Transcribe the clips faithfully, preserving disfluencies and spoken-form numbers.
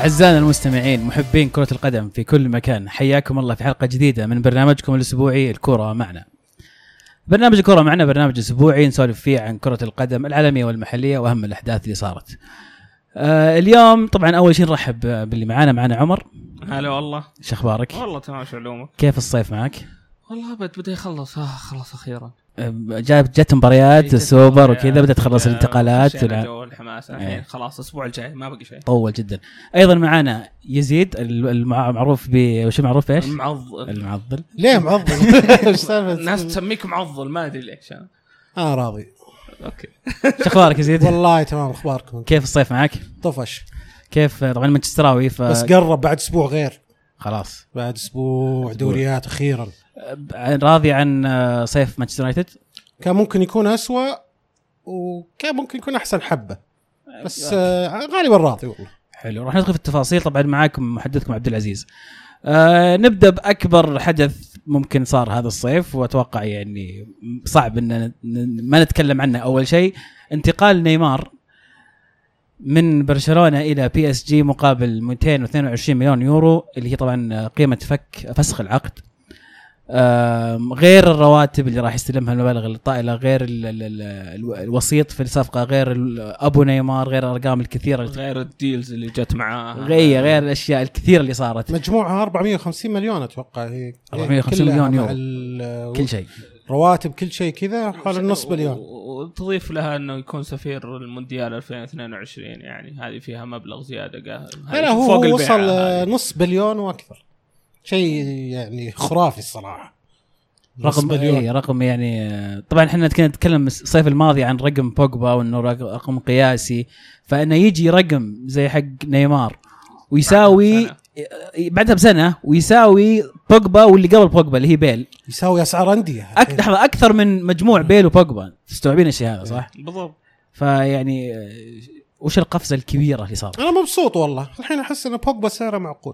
أعزائنا المستمعين محبين كرة القدم في كل مكان، حياكم الله في حلقة جديدة من برنامجكم الأسبوعي الكرة معنا. برنامج الكرة معنا برنامج أسبوعي نسولف فيه عن كرة القدم العالمية والمحلية وأهم الأحداث اللي صارت. آه اليوم طبعا أول شيء نرحب باللي معانا معنا عمر. هلا والله، شو أخبارك؟ والله تمام. شو علومك؟ كيف الصيف معك؟ والله بد بدأ يخلص. آه خلص أخيرا. جاب جت مباريات السوبر وكذا، بدأت تخلص الانتقالات والع... الحماس الحين خلاص الأسبوع الجاي ما بقى شيء، طول جدا. أيضا معنا يزيد المعروف ب وش معروف إيش؟ المعضل. المعضل ليه معضل؟ الناس تسميك معضل ما أدري ليش. أنا آه راضي. أوكي. شو أخبارك يزيد؟ والله تمام. أخباركم كيف الصيف معك؟ طفش. كيف طبعا مانشستراوي ف... بس قرب بعد أسبوع غير خلاص بعد أسبوع دوريات أخيرا. راضي عن صيف مانشستر يونايتد؟ كان ممكن يكون أسوأ وكان ممكن يكون أحسن حبة، بس آه غالبا راضي والله. حلو، راح ندخل في التفاصيل. طبعا معاكم محدثكم عبد العزيز. آه نبدأ بأكبر حدث ممكن صار هذا الصيف، وأتوقع يعني صعب أن ما نتكلم عنه. أول شيء انتقال نيمار من برشلونة إلى بي اس جي مقابل مئتين واثنين وعشرين مليون يورو، اللي هي طبعا قيمة فك فسخ العقد، غير الرواتب اللي راح يستلمها، المبالغ الطائلة، غير ال ال ال الوسيط في الصفقة، غير أبو نيمار، غير الأرقام الكثيرة، غير الديلز اللي جت معاه، غير غير الأشياء الكثيرة اللي صارت. مجموعها أربعمائة وخمسين مليون أتوقع، هي أربعمائة وخمسين مليون يورو كل شيء، رواتب كل شيء كذا حول النص بليون. وتضيف لها انه يكون سفير المونديال ألفين واثنين وعشرين، يعني هذه فيها مبلغ زياده. لا هو وصل نص بليون واكثر، شيء يعني خرافي الصراحه. رقم اي رقم يعني. طبعا احنا كنا نتكلم الصيف الماضي عن رقم بوجبا وانه رقم قياسي، فانه يجي رقم زي حق نيمار ويساوي بعدها بسنة ويساوي بوجبا واللي قبل بوجبا اللي هي بيل، يساوي أسعار أندية أك... أكثر من مجموع بيل وبوجبا. تستوعبين الشيء هذا صح؟ بالضبط. فيعني وش القفزة الكبيرة اللي صارت؟ أنا مبسوط والله الحين، أحس إن بوجبا سعره معقول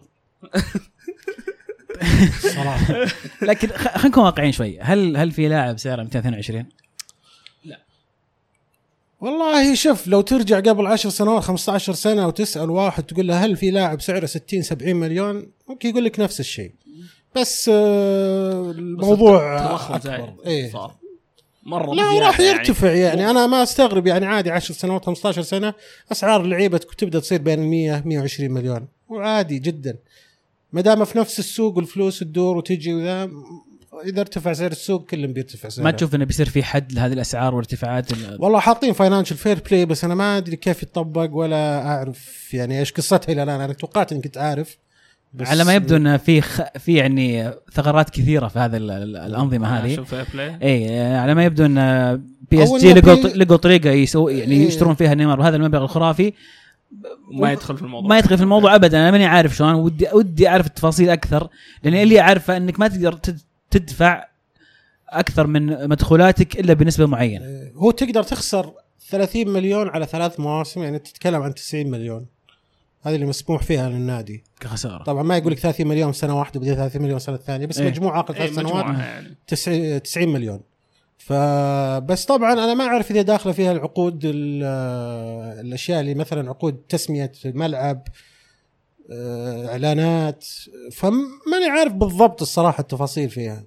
صراحة. لكن خلينا نكون واقعين شوي. هل هل في لاعب سعره مئتين واثنين وعشرين؟ لا والله شوف، لو ترجع قبل عشر سنوات خمسة عشر سنة وتسأل واحد تقول له هل في لاعب سعره ستين سبعين مليون، ممكن يقول لك نفس الشيء. بس آه الموضوع أكبر. إيه صار مرة لا راح يرتفع يعني, يعني أنا ما أستغرب يعني عادي عشر سنوات خمسة عشر سنة أسعار اللعيبة تبدأ تصير بين المية مية وعشرين مليون، وعادي جدا ما دام في نفس السوق والفلوس تدور وتجي، وذا إذا ارتفع سعر السوق كلهم بيرتفع سعره. ما تشوف إنه بيصير في حد لهذه الأسعار وارتفاعات؟ والله حاطين فاينانشال فير بلاي، بس أنا ما أدري كيف يتطبق ولا أعرف يعني إيش قصتها إلى الآن. أنا توقعت إن كنت عارف، بس على ما يبدو إن في خ... في يعني ثغرات كثيرة في هذا الأنظمة هذه. إيه على ما يبدو إن بي اس جي لقوا لقوا طريقة يسوي يعني إيه يشترون فيها نيمار بهذا المبلغ الخرافي، ما يدخل في الموضوع ما يدخل في الموضوع ابدا. انا ماني عارف شلون، ودي ودي اعرف التفاصيل اكثر، لان اللي اعرفه انك ما تقدر تدفع اكثر من مدخولاتك الا بنسبه معينه. هو تقدر تخسر ثلاثين مليون على ثلاث مواسم، يعني تتكلم عن تسعين مليون، هذه اللي مسموح فيها للنادي كخساره. طبعا ما يقول لك ثلاثين مليون سنه واحده بدي ثلاثين مليون سنه ثانيه، بس إيه؟ مجموعه اخر ثلاث إيه سنوات يعني. تسعين مليون. فبس طبعا انا ما اعرف اذا داخله فيها العقود الاشياء اللي مثلا عقود تسميه الملعب، اعلانات، فماني عارف بالضبط الصراحه التفاصيل فيها.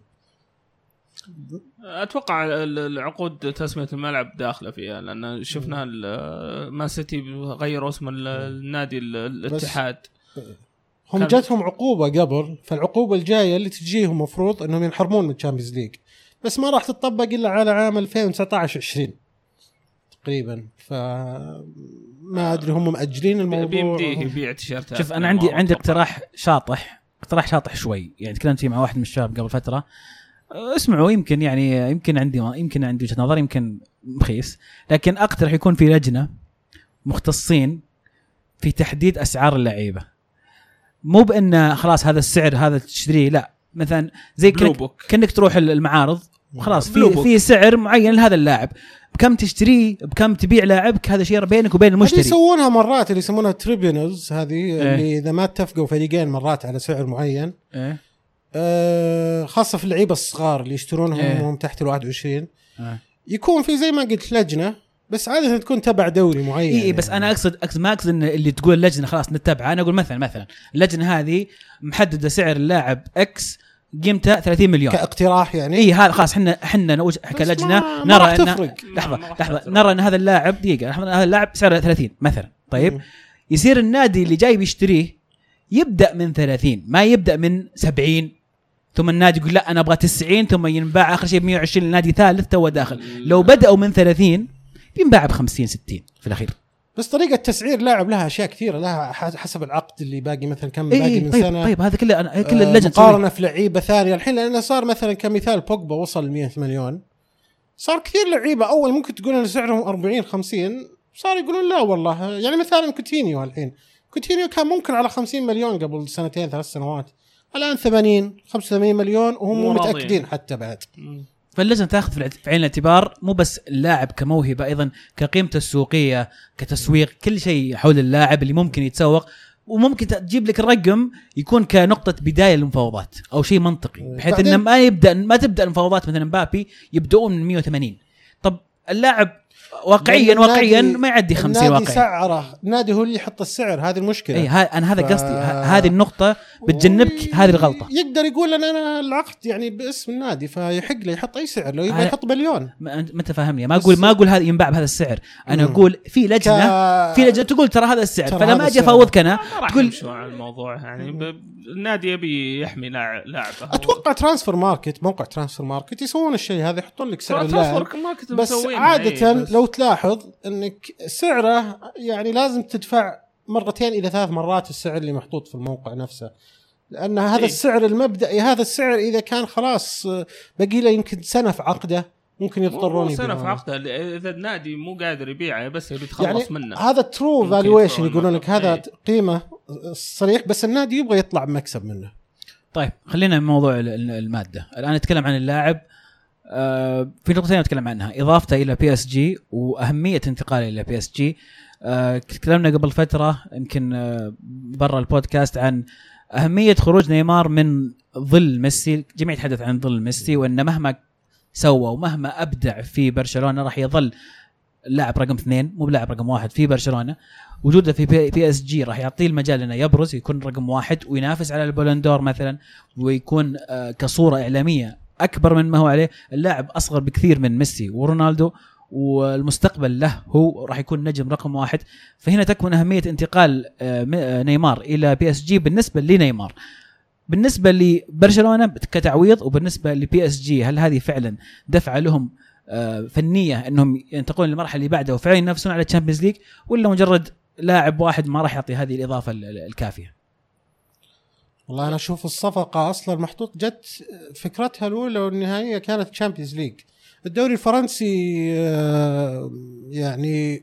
اتوقع العقود تسميه الملعب داخله فيها، لان شفنا ما سيتي غيروا اسم النادي الاتحاد، هم جاتهم عقوبه قبل، فالعقوبه الجايه اللي تجيهم مفروض انهم ينحرمون من الشامبيونز ليج، بس ما راح تطبق إلا على عام ألفين وتسعة عشر عشرين تقريبا. فما أدري هم مأجلين الموضوع. بيمديه يبيع تيشيرتات. شوف أنا عندي عندي اقتراح شاطح اقتراح شاطح شوي، يعني تكلمت فيه مع واحد من الشباب قبل فترة، اسمعوا يمكن يعني يمكن عندي يمكن عندي وجهة نظر يمكن مخيس، لكن أقترح يكون في لجنة مختصين في تحديد أسعار اللعيبة، مو بأن خلاص هذا السعر هذا تشتريه، لا مثلا زي كنك, كنك تروح المعارض وخلاص في في سعر معين لهذا اللاعب، بكم تشتريه بكم تبيع لاعبك، هذا شيء بينك وبين المشتري. هذه يسوونها مرات اللي يسمونها تريبيونالز هذه، إيه؟ اللي إذا ما اتفقوا فريقين مرات على سعر معين، إيه؟ آه خاصة في اللعيبة الصغار اللي يشترونهم إيه؟ وهم تحت الواحد وعشرين، إيه؟ يكون في زي ما قلت لجنة بس عاده تكون تبع دوري معين. اي بس يعني. انا اقصد اقصد ما اقصد ان اللي تقول اللجنه خلاص نتبعها. انا اقول مثلا مثلا اللجنه هذه محدده سعر اللاعب اكس قيمته ثلاثين مليون كاقتراح يعني. اي هذا خلاص احنا احنا نوج... كلجنه ما نرى ما ان لحظه لحظه نرى ان هذا اللاعب دقيقه هذا اللاعب سعره ثلاثين مثلا. طيب م. يصير النادي اللي جاي بيشتريه يبدا من ثلاثين ما يبدا من سبعين ثم النادي يقول لا انا ابغى تسعين ثم ينباع اخر شيء ب مية وعشرين لنادي ثالث تو داخل. لو بداوا من ثلاثين بينباع ب خمسين ستين في الاخير. بس طريقه تسعير لاعب لها اشياء كثيره لها حسب العقد اللي باقي مثلا كم إيه باقي من طيب سنه. طيب هذا كله أنا كل اللجنه مقارنه في لعيبه ثانيه الحين لانه صار مثلا كمثال بوجبا وصل مية مليون. صار كثير لعيبه اول ممكن تقول ان سعرهم أربعين خمسين صار يقولون لا والله. يعني مثلا كوتينيو الحين كوتينيو كان ممكن على خمسين مليون قبل سنتين ثلاث سنوات الان ثمانين خمسة وثمانين مليون وهم مو متاكدين حتى بعد. فاللجنة تاخذ في عين الاعتبار مو بس اللاعب كموهبة أيضا كقيمته السوقية كتسويق كل شيء حول اللاعب اللي ممكن يتسوق وممكن تجيب لك الرقم يكون كنقطة بداية للمفاوضات أو شيء منطقي بحيث إنه ما يبدأ ما تبدأ المفاوضات مثلا مبابي يبدأون من مية وثمانين. طب اللاعب واقعيا واقعيا ما يعدي خمسين واقعيا. سعره النادي هو اللي يحط السعر هذه المشكله. اي انا هذا ف... قصدي هذه النقطه بتجنبك هذه الغلطه. يقدر يقول ان انا العقد يعني باسم النادي فيحق له يحط اي سعر لو يبغى يحط مليون. ما انت فاهمني ما اقول ما اقول هذا ينباع بهذا السعر. انا اقول في لجنه ك... في لجنه تقول ترى هذا السعر فلما اجي افاوضك انا تقول شو على الموضوع يعني ب... النادي يبي يحمي لاعب. اتوقع ترانسفير ماركت موقع ترانسفير ماركت يسوون الشيء هذا يحطون لك سعر اللاعب بس عاده بس. لو تلاحظ انك سعره يعني لازم تدفع مرتين الى ثلاث مرات السعر اللي محطوط في الموقع نفسه لان هذا إيه؟ السعر المبدئي هذا السعر اذا كان خلاص باقي له يمكن سنه في عقده ممكن يضطرون سنه في عقده اذا النادي مو قادر يبيعه بس يبي يتخلص يعني منه. هذا ترو فالويشن يقولون لك هذا إيه؟ قيمه صريح بس النادي يبغى يطلع بمكسب منه. طيب خلينا من موضوع الماده الان نتكلم عن اللاعب. آه في نقطتين نتكلم عنها اضافته الى بي اس جي واهميه انتقاله الى بي اس جي. آه تكلمنا قبل فتره يمكن آه برا البودكاست عن اهميه خروج نيمار من ظل ميسي. جميع يتحدث عن ظل ميسي وان مهما سوى ومهما ابدع في برشلونه راح يظل اللاعب رقم اثنين مو بلاعب رقم واحد في برشلونه. وجوده في بي اس جي راح يعطيه المجال انه يبرز يكون رقم واحد وينافس على البولندور مثلا ويكون آه كصوره اعلاميه اكبر من ما هو عليه. اللاعب اصغر بكثير من ميسي ورونالدو والمستقبل له هو راح يكون نجم رقم واحد. فهنا تكمن اهميه انتقال نيمار الى بي اس جي بالنسبه لنيمار. بالنسبه لبرشلونه كتعويض وبالنسبه لبي اس جي هل هذه فعلا دفعه لهم فنيه انهم ينتقلون للمرحله اللي بعدها وفعلا ينافسون على الشامبيونز ليج ولا مجرد لاعب واحد ما راح يعطي هذه الاضافه الكافيه؟ والله أنا أشوف الصفقة أصلاً محطوط جت فكرتها الأولى والنهائية كانت تشامبيونز ليج. الدوري الفرنسي يعني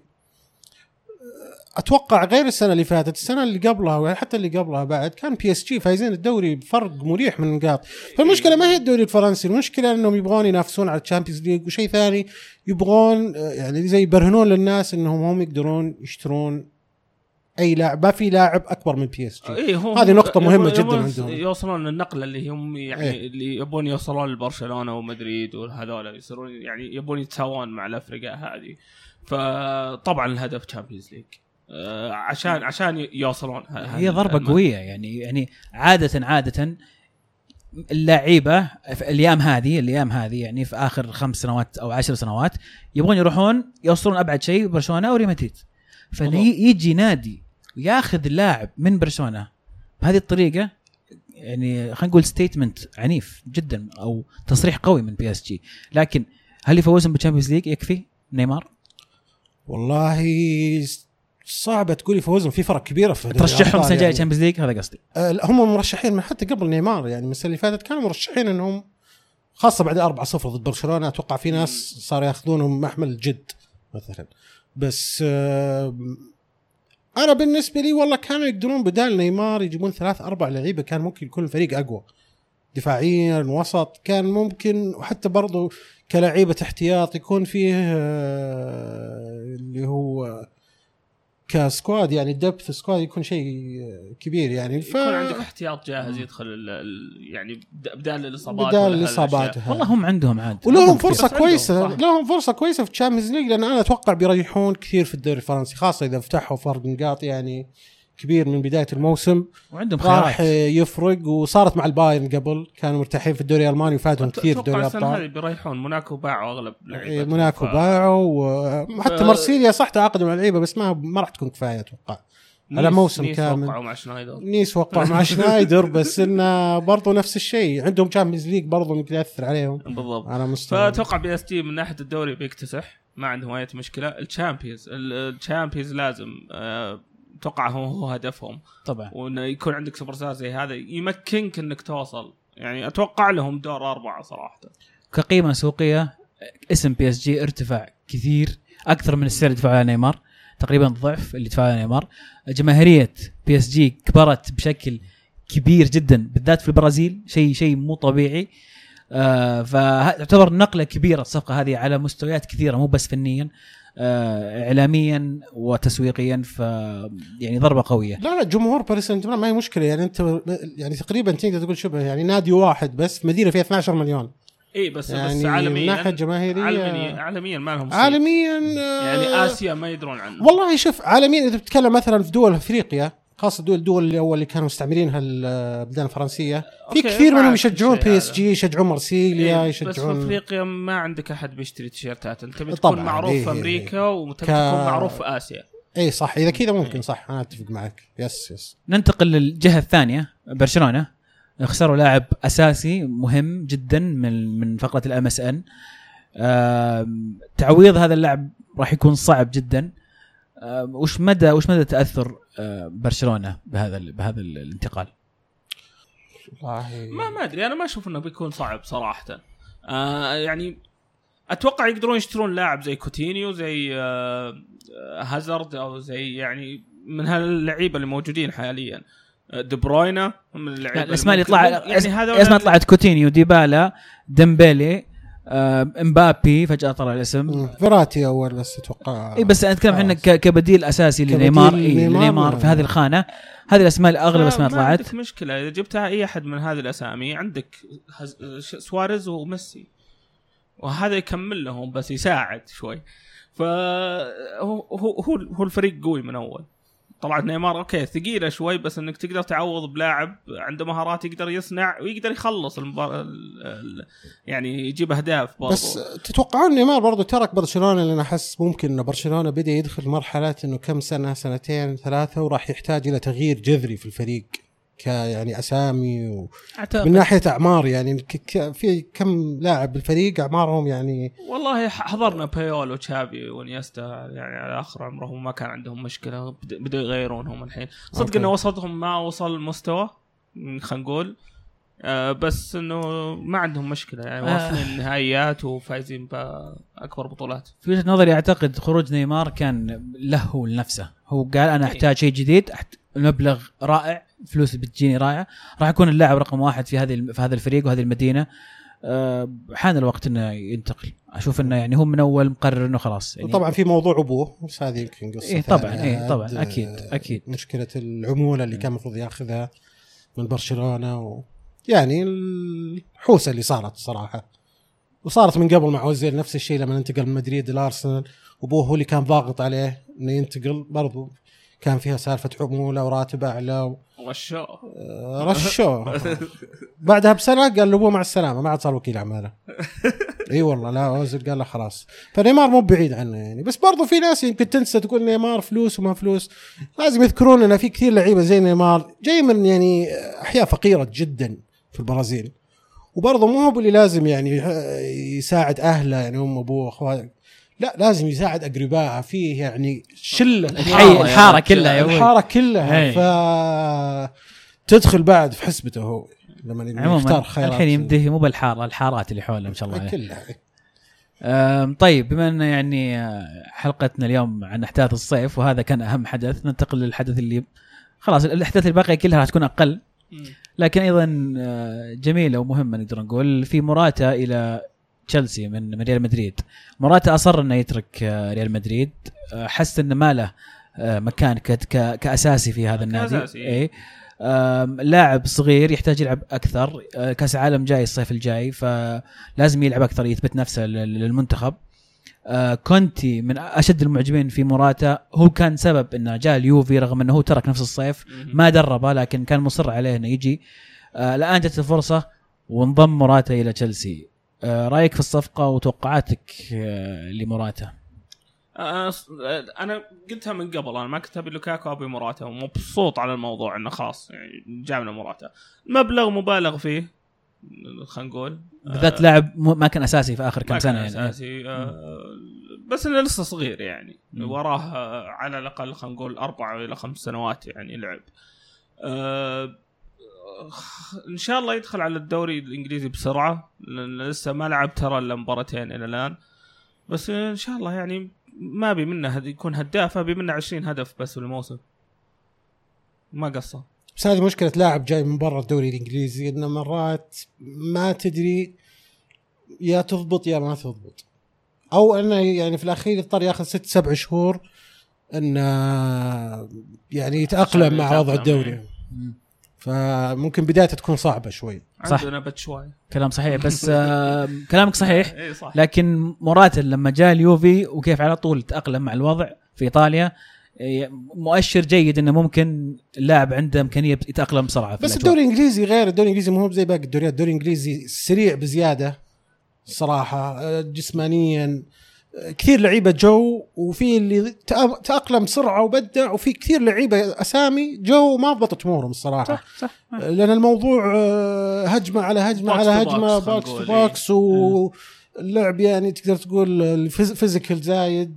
أتوقع غير السنة اللي فاتت السنة اللي قبلها وحتى اللي قبلها بعد كان بي اس جي فايزين الدوري بفرق مريح من النقاط. فالمشكلة ما هي الدوري الفرنسي المشكلة أنهم يبغون ينافسون على الشامبيونز ليج وشيء ثاني يبغون يعني زي يبرهنون للناس أنهم هم يقدرون يشترون اي لاعب ما في لاعب اكبر من بي اس جي. إيه هذه نقطه مهمه جدا عندهم يوصلون النقله اللي هم يعني إيه؟ اللي يبون يوصلون لبرشلونه ومدريد وهذول يصيرون يعني يبون يتساوون مع الافرقه هذه. فطبعا الهدف تشامبيونز ليج آه عشان عشان يوصلون. هي ضربه المال. قويه يعني يعني عاده عاده اللاعيبه في الايام هذه الايام هذه يعني في اخر خمس سنوات او عشر سنوات يبغون يروحون يوصلون ابعد شيء برشلونه او ريال مدريد. فيجي نادي وياخذ لاعب من برشلونة بهذه الطريقة يعني خلينا نقول ستيتمنت عنيف جدا أو تصريح قوي من بي اس جي. لكن هل يفوزون بالشامبيونز ليج يكفي نيمار؟ والله صعبة تقول يفوزون في فرق كبيرة في ترشحهم سنة جاية الشامبيونز ليج هذا قصدي. أه هم مرشحين من حتى قبل نيمار يعني السنة اللي فاتت كانوا مرشحين انهم خاصة بعد أربعة صفر ضد برشلونة أتوقع في ناس صار ياخذونهم محمل جد مثلا. بس أه أنا بالنسبة لي والله كانوا يقدرون بدال نيمار يجيبون ثلاث أربع لعيبة كان ممكن يكون الفريق أقوى دفاعيا وسط كان ممكن وحتى برضو كلاعيبة احتياط يكون فيه اللي هو كسكواد يعني الدبث سكواد يكون شيء كبير يعني ف... يكون عندك احتياط جاهز يدخل ال... ال... يعني بدال الاصابات بدال الاصابات والله هم عندهم عاد ولهم فرصه كويسه لهم فرصه كويسه في الشامبيونز ليج لان انا اتوقع بيريحون كثير في الدوري الفرنسي خاصه اذا فتحوا فرق نقاط يعني كبير من بدايه الموسم وعندهم راح يفرق وصارت مع البايرن قبل كانوا مرتاحين في الدوري الالماني وفاتهم كثير في دوري الابطال هذه بيريحون موناكو باعوا اغلب لعيبه موناكو ف... باعوا وحتى ف... مرسيليا صح تعاقدوا مع لعيبه بس ما ما راح تكون كفايه اتوقع على موسم نيس كامل وقعوا مع شنايدر نيس وقعوا مع شنايدر بس انه برضو نفس الشيء عندهم تشامبيونز ليج برضو ممكن ياثر عليهم بالضبط على مستوى فاتوقع بي اس تي من ناحيه الدوري بيكتسح ما عندهم اي مشكله الشامبيونز الشامبيونز لازم أه اتوقع هو هو هدفهم طبعا وانه يكون عندك سوبر ستار زي هذا يمكنك انك توصل يعني اتوقع لهم دور أربعة صراحه كقيمه سوقيه اسم بي اس جي ارتفع كثير اكثر من السعر اللي دفعه على نيمار تقريبا ضعف اللي دفعه على نيمار جماهيريه بي اس جي كبرت بشكل كبير جدا بالذات في البرازيل شيء شيء مو طبيعي آه فتعتبر نقله كبيره الصفقه هذه على مستويات كثيره مو بس فنيا آه اعلاميا وتسويقيا ف يعني ضربه قويه. لا لا جمهور باريس سان جيرمان ما هي مشكله يعني انت يعني تقريبا تقدر تقول شبه يعني نادي واحد بس مدينه فيها اثنا عشر مليون اي بس يعني بس عالميا من ناحيه جماهيريه عالميا عالميا ما لهم عالميا يعني اسيا ما يدرون عنه والله شوف عالميا اذا بتتكلم مثلا في دول افريقيا خاصه دول الدول اللي اول اللي كانوا مستعمرينها البلدان الفرنسيه في كثير منهم يشجعون بي اس جي يشجعون مرسيليا إيه يشجعون بس في افريقيا ما عندك احد بيشتري تيشيرتات انت بتكون معروف إيه في امريكا وتكون ك... معروف في اسيا اي صح اذا كذا ممكن صح انا اتفق معك يس يس ننتقل للجهه الثانيه برشلونه خسروا لاعب اساسي مهم جدا من من فقره الام اس ان تعويض هذا اللاعب راح يكون صعب جدا وش مدى وش مدى تاثر برشلونه بهذا بهذا الانتقال ما ما ادري انا ما اشوف انه بيكون صعب صراحه آه يعني اتوقع يقدرون يشترون لاعب زي كوتينيو زي آه هازارد او زي يعني من هاللعيبه اللي موجودين حاليا دي بروينا من اللعيبه الاسماء اللي طلع يعني هذا اسماء طلعت كوتينيو ديبالا ديمبيلي امبابي فجأة طلع الاسم فيراتي أول بس أتوقع اي بس نتكلم احنا كبديل أساسي لنيمار نيمار في هذه الخانة هذه الأسماء أغلب أسماء طلعت. ما عندك مشكلة إذا جبتها أي أحد من هذه الأسامي عندك سواريز وميسي وهذا يكمل لهم بس يساعد شوي فهو هو هو هو الفريق قوي من أول. طبعا نيمار اوكي ثقيله شوي بس انك تقدر تعوض بلاعب عنده مهارات يقدر يصنع ويقدر يخلص المبار... يعني يجيب اهداف برضو. بس تتوقعون نيمار برضو ترك برشلونه لان احس ممكن ان برشلونه بدا يدخل مرحله انه كم سنه سنتين ثلاثه وراح يحتاج الى تغيير جذري في الفريق ك يعني اسامي و... من ناحيه اعمار يعني ك... ك... في كم لاعب بالفريق اعمارهم يعني والله حضرنا بيول وتشافي ونيستا يعني على اخر عمرهم ما كان عندهم مشكله بدوا يغيرونهم الحين صدق انه وصلتهم ما وصل المستوى خلينا نقول آه بس انه ما عندهم مشكله يعني واصلين آه. النهائيات وفايزين باكبر بطولات. في وجهه نظري اعتقد خروج نيمار كان له لنفسه هو قال انا احتاج شيء جديد المبلغ رائع فلوس بتجيني رائعه راح يكون اللاعب رقم واحد في هذه في هذا الفريق وهذه المدينه أه حان الوقت انه ينتقل اشوف انه يعني هم من اول مقرر انه خلاص يعني طبعا في موضوع ابوه بس هذه يمكن قصه إيه طبعا اي طبعا اكيد اكيد مشكله العموله اللي كان المفروض ياخذها من برشلونه و يعني الحوسه اللي صارت صراحه وصارت من قبل مع اوزيل نفس الشيء لما انتقل من مدريد لارسنال وابوه هو اللي كان ضاغط عليه انه ينتقل برضو كان فيها سالفة عمولة وراتب أعلى رشو رشو بعدها بسنة قال له أبوه مع السلامة ما عاد صار وكيل أعماله. إي والله لا أوزيل قال له خلاص فنيمار مو بعيد عنه يعني بس برضو في ناس يمكن تنسى تقول نيمار فلوس وما فلوس لازم يذكرون أن في كثير لعيبة زي نيمار جاي من يعني أحياء فقيرة جدا في البرازيل وبرضو مو هو اللي لازم يعني يساعد أهله يعني أم أبوه أخوه لا لازم يساعد أقربائه فيه يعني شلة الحي الحارة كلها الحارة كلها فتدخل بعد في حسبته هو لما يختار خيارات الحين يمده مو بالحارة الحارات اللي حوله إن شاء الله كلها. طيب بما أن يعني حلقتنا اليوم عن أحداث الصيف وهذا كان أهم حدث ننتقل للحدث اللي خلاص الأحداث الباقية كلها راح تكون أقل لكن أيضا جميلة ومهمة نقدر نقول في موراتا إلى تشيلسي من ريال مدريد. موراتا أصر أنه يترك ريال مدريد حس أن ما له مكان كأساسي في هذا النادي. كأساسي. إيه لاعب صغير يحتاج يلعب أكثر. كأس العالم جاي الصيف الجاي فلازم يلعب أكثر يثبت نفسه للمنتخب. كونتي من أشد المعجبين في موراتا، هو كان سبب إنه جاء اليوفي رغم إنه هو ترك نفس الصيف ما دربه، لكن كان مصر عليه إنه يجي. الآن جت الفرصة وانضم موراتا إلى تشيلسي. رأيك في الصفقة وتوقعاتك لموراتا؟ انا قلتها من قبل، انا ما كنت ابي لوكاكو ابي موراتا، ومبسوط على الموضوع انه خلاص يعني جابنا موراتا. مبلغ مبالغ فيه خلينا نقول، بالذات لاعب ما كان اساسي في اخر كم سنه يعني. اساسي آه بس انه لسه صغير يعني م. وراه على الاقل خلينا نقول اربع الى خمس سنوات يعني لعب. آه ان شاء الله يدخل على الدوري الانجليزي بسرعه، لان لسه ما لعب ترى الا مباراتين الى الان، بس ان شاء الله يعني ما بي منه يكون هداف، ابي منه عشرين هدف بس في الموسم، ما قصر. بس هذه مشكلة لاعب جاي من برا الدوري الإنجليزي، إنه مرات ما تدري يا تضبط يا ما تضبط، أو إنه يعني في الأخير يضطر يأخذ ست سبع شهور إنه يعني يتأقلم مع وضع الدوري. فممكن بدايته تكون صعبة شوي. صح، عندنا شوي كلام صحيح، بس آه كلامك صحيح. إيه صح. لكن موراتا لما جاء اليوفي وكيف على طول تأقلم مع الوضع في إيطاليا مؤشر جيد إنه ممكن اللاعب عنده إمكانية يتأقلم بسرعة. بس الدوري الإنجليزي غير، الدوري الإنجليزي مو زي باقي الدوريات، الدوري الإنجليزي سريع بزيادة صراحة جسمانيا. كثير لعيبة جو، وفي اللي تأقلم بسرعة وبدع، وفي كثير لعيبة أسامي جو ما ضبطت أمورهم الصراحة. صح صح. لأن الموضوع هجمة على هجمة على هجمة، باكس تو باكس، واللعب يعني تقدر تقول الفيزيكال زايد،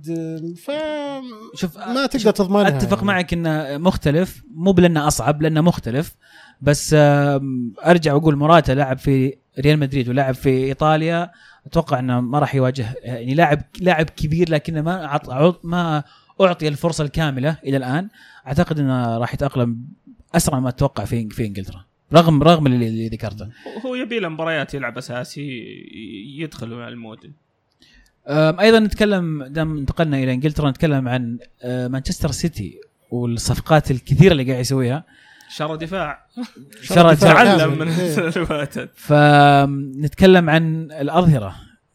فما تقدر تضمنها. أتفق يعني. معك إنه مختلف، مو بلأنه أصعب لأنه مختلف، بس أرجع وأقول موراتا لعب في ريال مدريد ولعب في إيطاليا، أتوقع أنه ما راح يواجه يعني لاعب لاعب كبير، لكنه ما أعط ما أعطي الفرصة الكاملة إلى الآن. أعتقد أنه راح يتأقلم أسرع ما أتوقع في في إنجلترا، رغم رغم اللي, اللي ذكرته. هو يبي له مباريات يلعب أساسي يدخل مع الموديل. أيضا نتكلم دام انتقلنا إلى إنجلترا، نتكلم عن مانشستر سيتي والصفقات الكثيرة اللي قاعد يسويها. شر دفاع شر تعلم من السنة اللي فاتت. فنتكلم عن الأظهرة،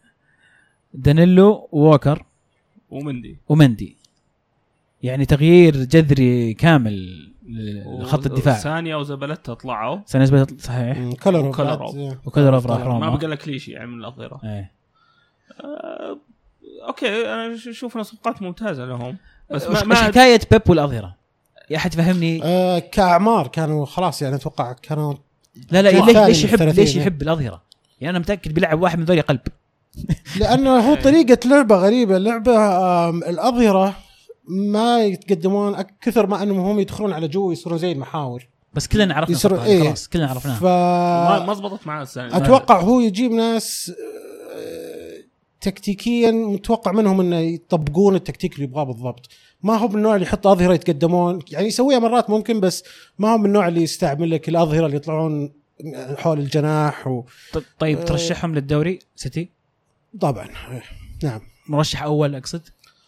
دانيلو ووكر ومندي ومندي يعني تغيير جذري كامل لخط الدفاع. ثانية وزبلتها طلعوا، ثانية زبلتها صحيح، كولروف وكولروف راح روما، ما بقى لك ليش يعني من الأظهرة. ايه. آه، أوكي أنا أشوف صفقات ممتازة لهم، بس ما, ما حكاية بيب والأظهرة يا أحد فهمني. آه كأعمار كانوا خلاص يعني أتوقع كانوا لا لا ليش ليش يحب ليش يحب الأظهرة يعني؟ أنا متأكد بيلعب واحد من ذولي قلب. لأنه هو طريقة لعبة غريبة، لعبة الأظهرة ما يتقدمون كثر ما أنهم هم يدخلون على جو يصيرون زي المحاور، بس كلنا عرفنا إيه. خلاص كلنا عرفناه. ف... ما ضبطت معاه السنة. أتوقع هو يجيب ناس تكتيكيا متوقع منهم أنه يطبقون التكتيك اللي يبغاه بالضبط. ما هو من النوع اللي يحط أظهرة يتقدمون، يعني يسويها مرات ممكن، بس ما هو من النوع اللي يستعمل لك الأظهرة اللي يطلعون حول الجناح و... طيب أه ترشحهم للدوري سيتي؟ طبعا نعم. مرشح أول أقصد.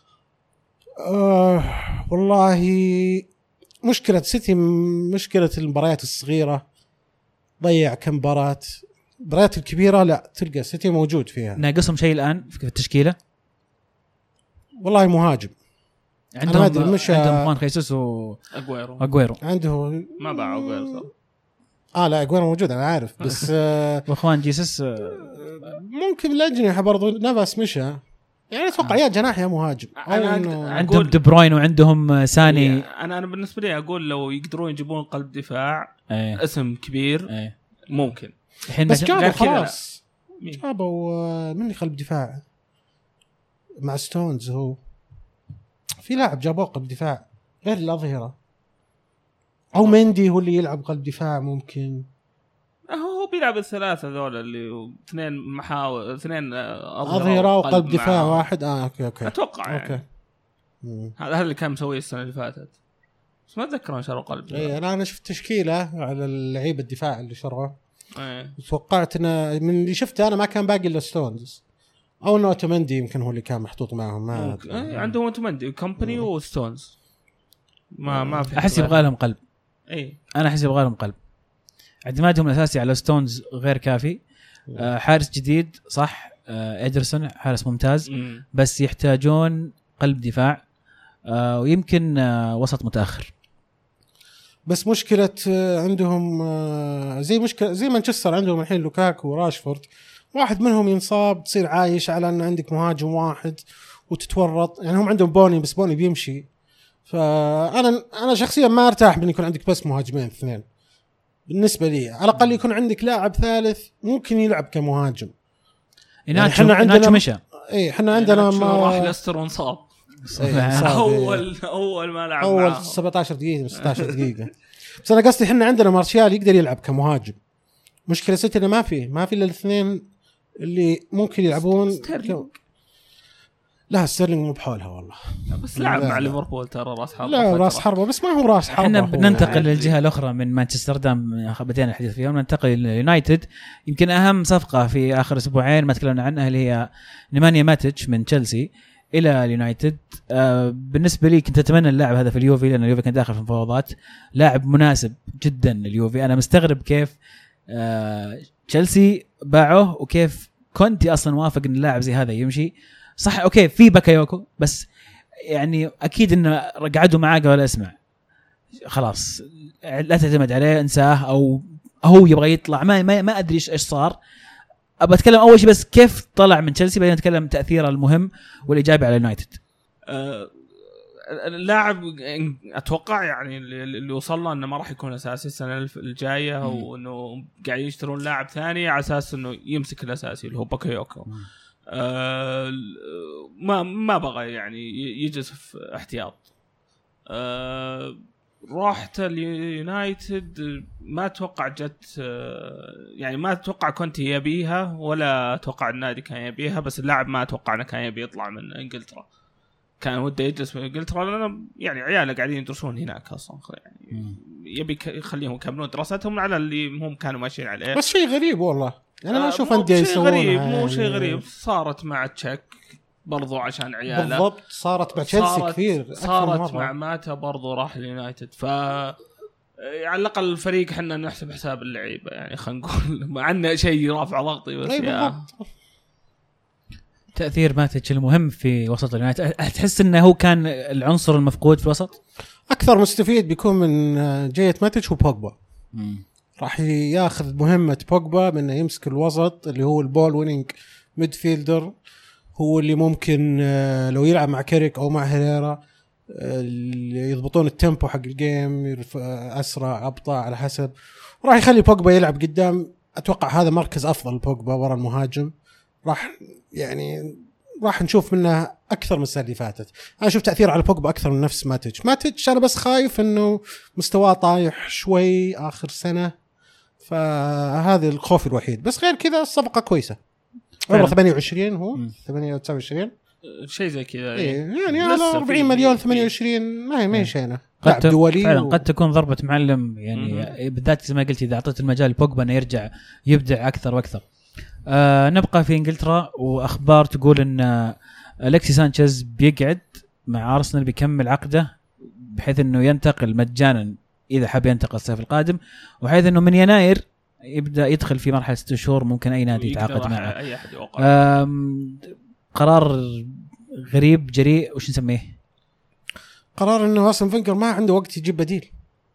أه والله مشكلة سيتي مشكلة المباريات الصغيرة، ضيع كم مباراة. المباريات الكبيرة لا تلقى سيتي موجود فيها. ناقصهم شيء الآن في التشكيلة؟ والله مهاجم عندهم مش عندهم خوان خيسوس وأجويرو أجويرو عنده ما باع أجويرو. اه لا أجويرو موجود أنا عارف، بس آه واخوان جيسوس آه ممكن الأجنحة برضو نفس مشى يعني. أتوقع يا جناح يا مهاجم. أنا عندهم دي بروين وعندهم ساني. أنا أنا بالنسبة لي أقول لو يقدرون يجيبون قلب دفاع ايه. اسم كبير ايه. ممكن. بس جابوا خلاص جابوا من قلب دفاع مع ستونز. هو في لاعب جابوه قلب دفاع غير الأظهرة، أو مندي هو اللي يلعب قلب دفاع ممكن. هو بيلعب الثلاثة ذول اللي اثنين محاور اثنين أظهرة وقلب دفاع واحد. آه أوكي أوكي أتوقع يعني. أوكي. هذا اللي كان مسويه السنة اللي فاتت، بس ما أتذكر أن شروا قلب. إيه أنا أنا شفت تشكيلة على اللعيبة الدفاع اللي شروه. إيه. توقعت إنه من اللي شفته أنا ما كان باقي إلا ستونز أو نوتمندي، يمكن هو اللي كان محطوط معهم. ما إيه. عندهم نوتمندي وكمباني وستونز. ما ما في احس يبغى لهم قلب. اي انا احس يبغى لهم قلب. اعتمادهم الاساسي على ستونز غير كافي. آه حارس جديد صح، آه ادرسون حارس ممتاز، مم. بس يحتاجون قلب دفاع، آه ويمكن آه وسط متاخر. بس مشكلة عندهم زي مشكلة زي مانشستر عندهم الحين لوكاكو وراشفورد، واحد منهم ينصاب تصير عايش على أن عندك مهاجم واحد وتتورط. يعني هم عندهم بوني بس بوني بيمشي. فأنا أنا شخصيا ما أرتاح بأن يكون عندك بس مهاجمين اثنين. بالنسبة لي على الأقل يكون عندك لاعب ثالث ممكن يلعب كمهاجم. يعني احنا عندنا مشى. إيه إحنا عندنا ما راح ليستر ونصاب. اول اول ما لعب اول سبعتاشر دقيقه ستاشر دقيقه. بس انا قصدي احنا عندنا مارشال يقدر يلعب كمهاجم. مشكله ستنا ما في ما في الا الاثنين اللي ممكن يلعبون ستيرلينج. لا ستيرلينج مو بحولها والله، بس لعب مع ليفربول ترى راس حربه. لا راس حربه بس ما هو راس حربه. احنا بننتقل للجهه الاخرى من مانشستر دام بدينا الحديث فيها، وننتقل لليونايتد. يمكن اهم صفقه في اخر اسبوعين ما تكلمنا عنها اللي هي نيمانيا ماتيتش من تشيلسي الى اليونايتد. آه بالنسبه لي كنت اتمنى اللاعب هذا في اليوفي، لان اليوفي كان داخل في مفاوضات. لاعب مناسب جدا لليوفي. انا مستغرب كيف آه تشيلسي باعوه وكيف كونتي اصلا وافق ان اللاعب زي هذا يمشي. صح اوكي في باكايوكو، بس يعني اكيد انه قعدوا معاه قال اسمع خلاص لا تعتمد عليه انساه، او هو يبغى يطلع. ما ما, ما ادري ايش صار. ابى اتكلم اول شيء بس كيف طلع من تشيلسي، بعدين نتكلم تاثيره المهم والايجابي على اليونايتد. أه اللاعب اتوقع يعني اللي وصلنا انه ما راح يكون اساسي السنه الجايه، وانه قاعد يشترون لاعب ثاني على اساس انه يمسك الاساسي اللي هو باكايوكو. أه ما ما بغى يعني يجلس في احتياط. أه رحت اليونايتد ما اتوقع جت، يعني ما اتوقع كنت يبيها ولا اتوقع النادي كان يبيها، بس اللاعب ما اتوقع انه كان يبي يطلع من انجلترا. كان وده يجلس في انجلترا لان يعني عياله قاعدين يدرسون هناك اصلا، يعني يبي يخليهم يكملون دراستهم على اللي هم كانوا ماشيين عليه. بس شيء غريب والله، انا ما اشوف آه انديه يسوون غريب. مو شيء غريب، صارت مع تشيك برضو عشان عياله. بالضبط صارت مع تشيلسي كثير، صارت مع ماتا برضو راح اليونايتد. ف على الاقل الفريق حنا نحسب حساب اللعيبه، يعني خلينا نقول مع انه شيء رافع ضغطي بس يا تاثير ماتيتش المهم في وسط اليونايتد. تحس انه هو كان العنصر المفقود في الوسط. اكثر مستفيد بيكون من جية ماتيتش وبوجبا. راح ياخذ مهمه بوجبا من يمسك الوسط اللي هو البول ويننج ميدفيلدر. هو اللي ممكن لو يلعب مع كيريك او مع هيريرا يضبطون التيمبو حق الجيم، اسرع ابطا على حسب. راح يخلي بوجبا يلعب قدام. اتوقع هذا مركز افضل بوجبا ورا المهاجم. راح يعني راح نشوف منه اكثر من السنه اللي فاتت. انا اشوف تاثير على بوجبا اكثر من نفس ماتيتش. ماتيتش انا بس خايف انه مستواه طايح شوي اخر سنه، فهذا الخوف الوحيد. بس غير كذا الصفقه كويسه. عمره ثمانية وعشرين هو ثمانية وتسعة وعشرين شيء زي كذا. إيه يعني على أربعين مليون ثمانية وعشرين ما هي ما هي شينه. لاعب دولي فعلا و... قد تكون ضربه معلم يعني، بالذات زي ما قلت اذا اعطيت المجال بوجبا انه يرجع يبدع اكثر واكثر. آه نبقى في انجلترا، واخبار تقول ان أليكسي سانشيز بيقعد مع ارسنال، بيكمل عقده بحيث انه ينتقل مجانا اذا حب ينتقل الصيف القادم، وحيث انه من يناير يبدا يدخل في مرحله ست شهور ممكن اي نادي يتعاقد معه. اي احد يوقع. قرار غريب جريء، وش نسميه؟ قرار انه اصلا فينجر ما عنده وقت يجيب بديل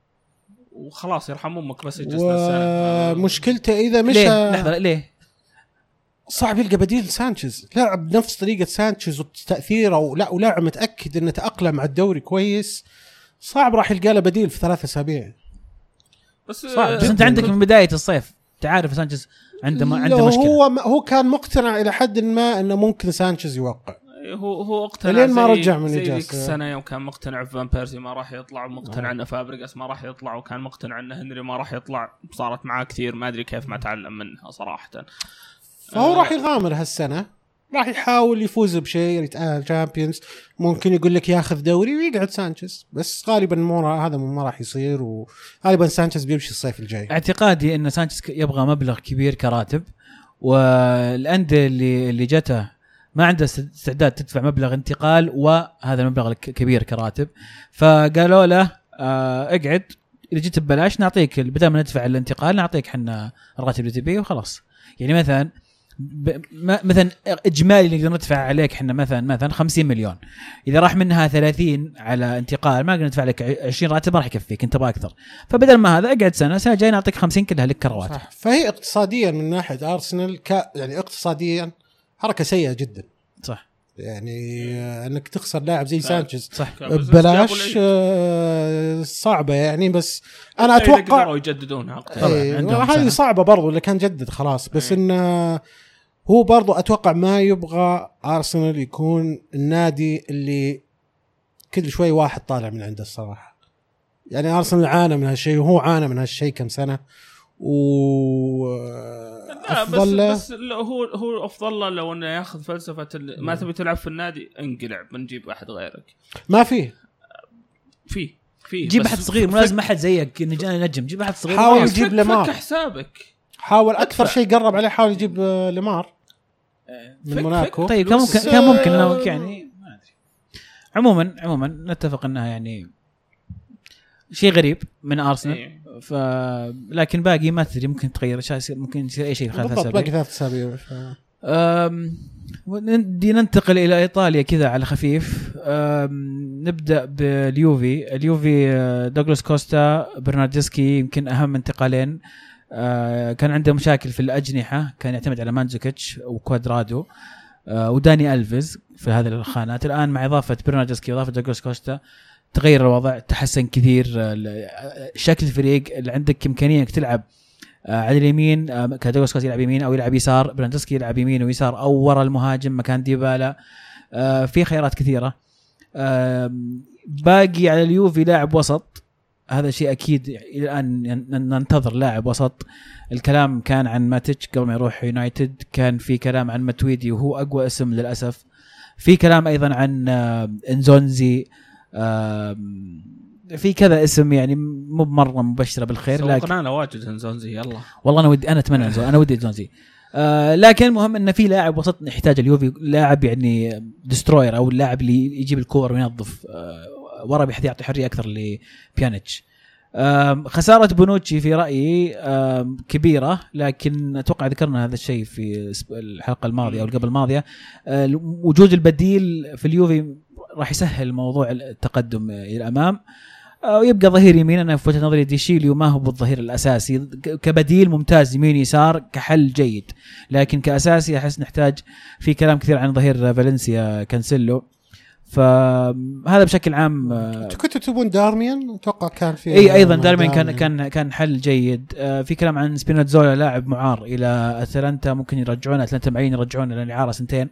وخلاص يرحم امك بس يجلس السنه. مشكلته اذا مش ليه لحظه ليه صعب يلقى بديل سانشيز. لاعب نفس طريقه سانشيز وتاثيره ولا ولاعب متاكد انه تاقلم مع الدوري كويس، صعب راح يلقى له بديل في ثلاثة اسابيع. بس صعب. بس انت عندك من بدايه الصيف تعرف سانشيز عنده ما عنده مشكله. هو هو كان مقتنع الى حد ما انه ممكن سانشيز يوقع. هو هو اقتنع لين ما رجع من الجلسه السنه يوم كان مقتنع في فان بيرسي ما راح يطلع، ومقتنع انه فابريغاس ما راح يطلع، وكان مقتنع انه هنري ما راح يطلع. صارت معاه كثير ما ادري كيف ما تعلم منها صراحه. فهو راح يغامر هالسنه، راح يحاول يفوز بشيء، يتأهل تشامبيونز، ممكن يقول لك ياخذ دوري ويقعد سانشيز. بس غالبا مو هذا ما راح يصير، وغالبا سانشيز بيمشي الصيف الجاي. اعتقادي ان سانشيز يبغى مبلغ كبير كراتب، والانديه اللي اللي جته ما عنده استعداد تدفع مبلغ انتقال وهذا المبلغ الكبير كراتب، فقالوا له آه اقعد اذا جيت ببلاش نعطيك بدل ما ندفع الانتقال نعطيك حنا الراتب اللي تبيه وخلاص. يعني مثلا مثلا اجمالي نقدر ندفع عليك احنا مثلا مثلا خمسين مليون، اذا راح منها ثلاثين على انتقال ما نقدر ندفع لك عشرين راتب راح يكفيك انت تبغى اكثر، فبدل ما هذا اقعد سنه سنه جاي نعطيك خمسين كلها لك كرواتب. صح. فهي اقتصاديا من ناحيه ارسنال ك يعني اقتصاديا حركه سيئه جدا. صح. يعني انك تخسر لاعب زي سانشيز صح ببلاش آه صعبه يعني، بس انا اتوقع يقدروا يجددونها هذه صعبه برضو اللي كان جدد خلاص، بس انه هو برضو أتوقع ما يبغى أرسنال يكون النادي اللي كل شوي واحد طالع من عنده الصراحة. يعني أرسنال عانى من هالشيء وهو عانى من هالشيء كم سنة و أفضل بس, بس هو هو أفضل له لو إنه يأخذ فلسفة ما تبي تلعب في النادي انقلع بنجيب أحد غيرك. ما فيه فيه فيه جيب أحد صغير مو لازم أحد زيك نجي نجم، جيب أحد صغير حاول يجيب لمار فك حسابك، حاول أكثر شيء قرب عليه حاول يجيب لمار من موناكو. طيب كان ممكن كان ممكن انه يعني ما ادري. عموما عموما نتفق انها يعني شيء غريب من ارسنال، ف لكن باقي ما تدري ممكن تغير شيء، ممكن يصير اي شيء خلال اسابيع باقي ثلاث اسابيع. ودي ننتقل الى ايطاليا كذا على خفيف. نبدا باليوفي. اليوفي دوغلاس كوستا برناردسكي يمكن اهم انتقالين. آه كان عنده مشاكل في الأجنحة، كان يعتمد على مانزوكيتش وكوادرادو آه وداني ألفيز في هذه الخانات. الآن مع إضافة برناردسكي وإضافة دوغلاس كوستا تغير الوضع، تحسن كثير آه شكل الفريق. اللي عندك إمكانية إنك تلعب آه على اليمين آه كدوغلاس كوستا يلعب يمين أو يلعب يسار، برناردسكي يلعب يمين ويسار أو وراء المهاجم مكان ديبالا. آه في خيارات كثيرة. آه باقي على اليوفي لاعب وسط، هذا شيء أكيد إلى الآن ننتظر لاعب وسط. الكلام كان عن ماتيتش قبل ما يروح يونايتد، كان في كلام عن ماتويدي وهو أقوى اسم للأسف، في كلام أيضا عن إنزونزي، في كذا اسم يعني مو مرة مبشرة بالخير. لكن أنا واجد إنزونزي يلا والله أنا ودي أنا أتمنى إنزونزي، أنا ودي إنزونزي. آه لكن المهم إن في لاعب وسط يحتاج اليوفي، لاعب يعني دستروير أو اللاعب اللي يجيب الكور وينظف آه ورا بحيث يعطي حرية أكثر لبيانيتش. خسارة بونوتشي في رأيي كبيرة، لكن أتوقع ذكرنا هذا الشيء في الحلقة الماضية أو قبل الماضية. وجود البديل في اليوفي راح يسهل موضوع التقدم إلى الأمام. ويبقى ظهير يمين، أنا في وجهة نظري ديشيليو ما هو بالظهير الأساسي، كبديل ممتاز يمين يسار كحل جيد، لكن كأساسي أحس نحتاج في كلام كثير عن ظهير فالنسيا كانسيلو. فهذا بشكل عام. كنتوا تبون دارميان اتوقع كان في اي ايضا دارميان كان كان كان حل جيد. في كلام عن سبيناتزولا لاعب معار الى اتلانتا، ممكن يرجعونه اتلانتا معين يرجعونه للاعاره سنتين.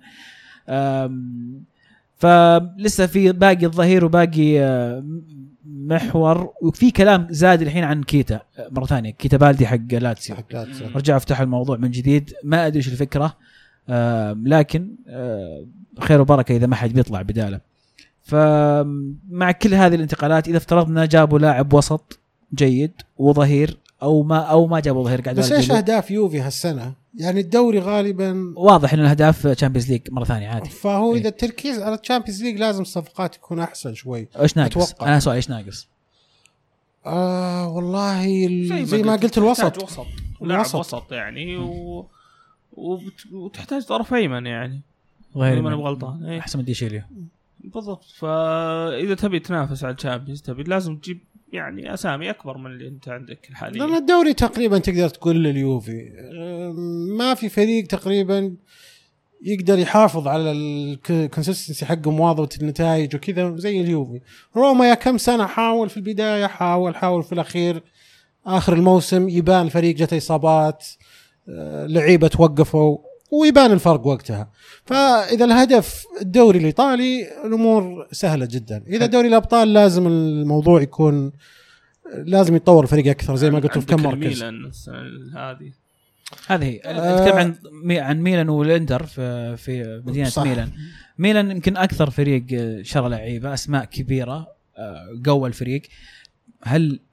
فلسه في باقي الظهير وباقي محور، وفي كلام زاد الحين عن كيتا مره ثانيه، كيتا بالدي حق لاتسيو رجع افتح الموضوع من جديد، ما ادري ايش الفكره لكن خير وبركه اذا ما حد بيطلع بداله. فمع كل هذه الانتقالات اذا افترضنا جابوا لاعب وسط جيد وظهير او ما او ما جابوا ظهير قاعد. بس ايش اهداف يوفي هالسنه؟ يعني الدوري غالبا واضح ان الاهداف تشامبيونز ليج مره ثانيه عادي، فهو اذا التركيز على التشامبيونز ليج لازم الصفقات يكون احسن شوي. ايش ناقص؟ انا سؤال ايش ناقص؟ آه والله زي ما قلت الوسط وسط لاعب وسط يعني و... وتحتاج طرف ايمن يعني غير ما انا غلطان ايه؟ احسن من ديشيليو بالضبط. فاذا تبي تنافس على الشامبيونز تبي لازم تجيب يعني اسامي اكبر من اللي انت عندك حاليا. لان الدوري تقريبا تقدر تقول لليوفي ما في فريق تقريبا يقدر يحافظ على الكونسيستنسي حق مواظبه النتائج وكذا زي اليوفي. روما يا كم سنه حاول في البدايه، حاول حاول في الاخير اخر الموسم يبان الفريق جت اصابات، لعيبه توقفوا ويبان الفرق وقتها. فاذا الهدف الدوري الايطالي الامور سهله جدا، اذا دوري الابطال لازم الموضوع يكون لازم يتطور الفريق اكثر زي ما قلت في كم مركز. ميلان هذه هذه نتكلم عن عن ميلان والانتر في في مدينه صح. ميلان ميلان يمكن اكثر فريق شرى لعيبه اسماء كبيره قوى الفريق. هل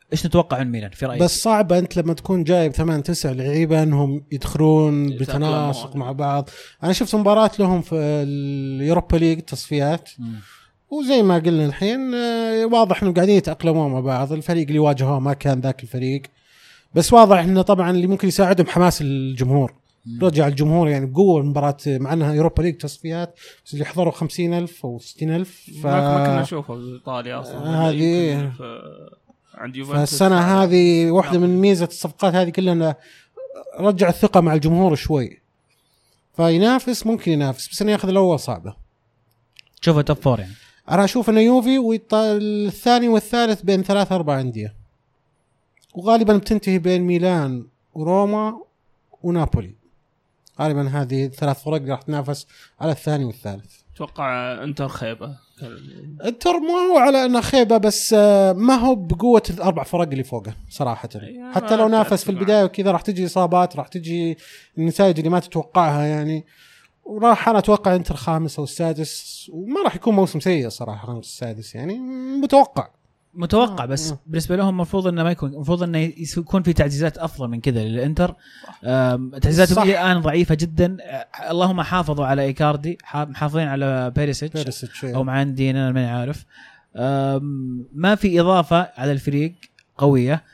ايش نتوقع من ميلان في رايك؟ بس صعب انت لما تكون جايب ثمان تسع لعيبه انهم يدخلون بتناسق مع بعض. انا شفت مباراه لهم في اليوروبا ليج تصفيات م. وزي ما قلنا الحين واضح انهم قاعدين يتاقلمون مع بعض. الفريق اللي واجهوه ما كان ذاك الفريق، بس واضح انه طبعا اللي ممكن يساعدهم حماس الجمهور. م. رجع الجمهور يعني بقوه المباراه، مع انها يوروبا ليج تصفيات بس اللي حضروا خمسين ألف او ستين ألف. ف... ما كنا نشوفه بايطاليا اصلا هذه ف... عند يوفنتوس. فالسنه هذه واحده من ميزه الصفقات هذه كلها انه رجع الثقه مع الجمهور شوي، فينافس ممكن ينافس، بس انه ياخذ الاول صعبه. شوفه توب فور يعني. انا اشوف انه يوفي والثاني والثالث بين ثلاثة أربعة أندية، وغالبا بتنتهي بين ميلان وروما ونابولي. غالبا هذه ثلاث فرق راح تنافس على الثاني والثالث. اتوقع انتر خيبه. انتر ما هو على انه خيبه، بس ما هو بقوه الاربع فرق اللي فوقه صراحه. حتى لو نافس في البدايه وكذا راح تجي اصابات، راح تجي النتائج اللي ما تتوقعها يعني. وراح انا اتوقع انتر خامس او السادس، وما راح يكون موسم سيء صراحه خامس السادس يعني متوقع متوقع. بس آه. بالنسبه لهم المفروض انه ما يكون، المفروض انه يكون في تعزيزات افضل من كذا للانتر. تعزيزاتهم الان ضعيفه جدا. اللهم حافظوا على ايكاردي، محافظين على بيريسيتش او مع عندي انا ما عارف. ما في اضافه على الفريق قويه.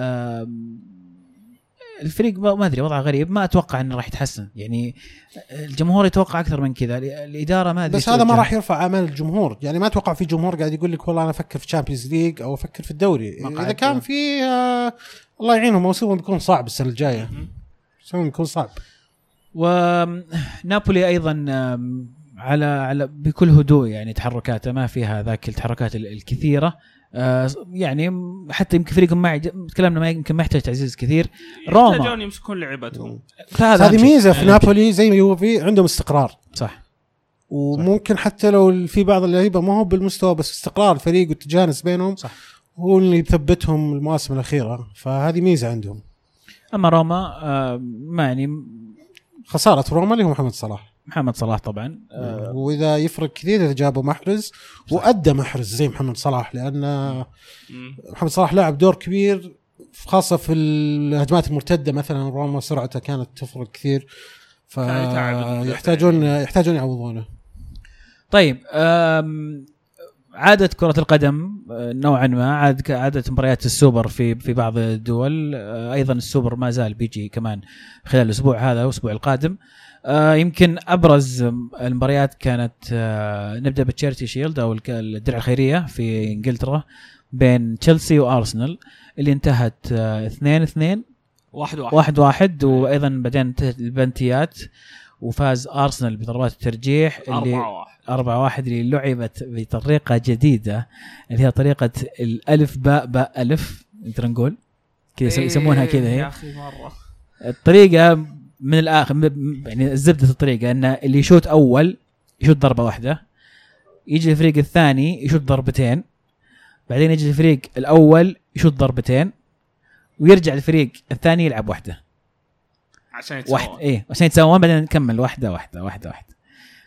الفريق ما ادري وضعه غريب، ما اتوقع انه راح يتحسن يعني. الجمهور يتوقع اكثر من كذا، الاداره ما ادري. بس هذا ما راح يرفع امال الجمهور يعني. ما اتوقع في جمهور قاعد يقول لك والله انا افكر في تشامبيونز ليج او افكر في الدوري. اذا كان في آه الله يعينهم موسمهم بيكون صعب السنه الجايه، موسمهم بيكون صعب. ونابولي ايضا على على بكل هدوء يعني، تحركاته ما فيها ذاك التحركات الكثيره يعني. حتى يمكن فريقهم ما تكلمنا ما يمكن ما يحتاج تعزيز كثير. روما يحتاجون يمسكون لعبتهم، هذه ميزه في نابولي. زي ما يوفي عندهم استقرار صح، وممكن حتى لو في بعض اللعيبه ما هو بالمستوى، بس استقرار الفريق والتجانس بينهم صح هو اللي يثبتهم المواسم الاخيره، فهذه ميزه عندهم. اما روما آه ما يعني خساره روما اللي هو محمد صلاح. محمد صلاح طبعا آه واذا يفرق كثير اذا جابوا محرز وادى محرز زي محمد صلاح، لان محمد صلاح لعب دور كبير خاصه في الهجمات المرتده مثلا. روما سرعته كانت تفرق كثير، فيحتاجون يحتاجون يعوضونه. طيب عادة كرة القدم نوعا ما عاد عادة مباريات السوبر في في بعض الدول. ايضا السوبر ما زال بيجي كمان خلال الاسبوع هذا والاسبوع القادم. آه يمكن ابرز المباريات كانت آه نبدا بالتشيرتي شيلد او الدرع الخيريه في انجلترا بين تشيلسي وارسنال اللي انتهت آه اثنين اثنين واحد واحد, واحد, واحد وايضا بعدين انتهت البنتيات وفاز ارسنال بضربات الترجيح اللي أربعة واحد اللي لعبت بطريقه جديده اللي هي طريقه الالف باء باء الف نقدر نقول كذا يسمونها كذا. يا اخي مره الطريقه من الآخر يعني الزبدة الطريقة أن اللي يشوت أول يشوت ضربة واحدة، يجي الفريق الثاني يشوت ضربتين، بعدين يجي الفريق الأول يشوت ضربتين، ويرجع الفريق الثاني يلعب واحدة عشان يتساوون. واحد إيه عشان يتساوون، بعدين نكمل واحدة واحدة واحدة واحدة.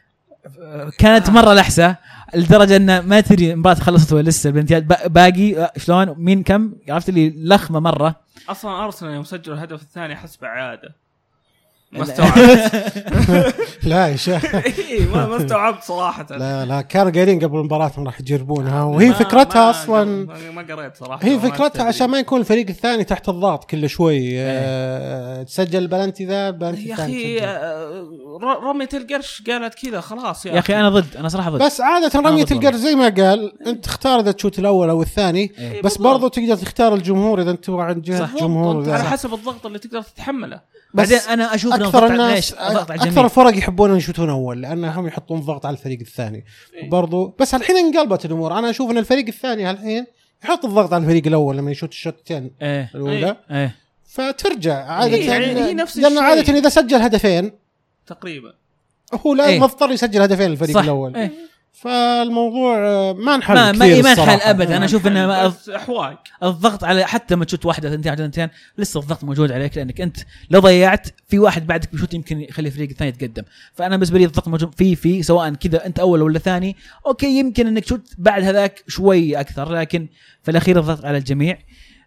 كانت مرة لحسة لدرجة أن ما تدري مباراة خلصت ولا لسه البنتيات باقي شلون مين كم، عرفت اللي لخمة مرة. أصلا أرسنال يوم سجل الهدف الثاني حسب عادة ما استوعبت. لا يا شيخ ما ما استوعبت صراحة. لا لا كانوا قايلين قبل المباراة راح يجربونها، وهي فكرتها أصلا ما قريت صراحة. هي فكرتها عشان ما يكون الفريق الثاني تحت الضغط كل شوي. أه تسجل البلنتي ذا بلنتي يا أخي. رمية القرش قالت كذا خلاص يا, يا أخي. أنا ضد، أنا صراحة ضد. بس عادة رمية القرش زي ما قال أنت تختار إذا تشوت الأول أو الثاني. إيه. بس برضو تقدر تختار الجمهور إذا أنت عند جهة الجمهور على حسب الضغط اللي تقدر تتحمله. بعدين انا اشوف اكثر الناس اكثر الفرق يحبون يشوتون اول لانهم يحطون ضغط على الفريق الثاني. إيه. برضو بس الحين انقلبت الامور. انا اشوف ان الفريق الثاني الحين يحط الضغط على الفريق الاول لما يشوت الشوتين إيه. الاولى. إيه. فترجع عاده إيه. يعني لانه عاده اذا سجل هدفين تقريبا هو لا إيه. مضطر يسجل هدفين الفريق صح. الاول. إيه. فالموضوع ما نحل ما كثير ما نحل ابدا. انا اشوف انه احواق الضغط على حتى ما تشوت واحده ثنتين ثنتين لسه الضغط موجود عليك، لانك انت لو ضيعت في واحد بعدك بيشوت يمكن يخلي الفريق الثاني يتقدم. فانا بالنسبه لي الضغط موجود في في سواء كذا انت اول ولا ثاني. اوكي يمكن انك تشوت بعد هذاك شوي اكثر، لكن في الاخير الضغط على الجميع.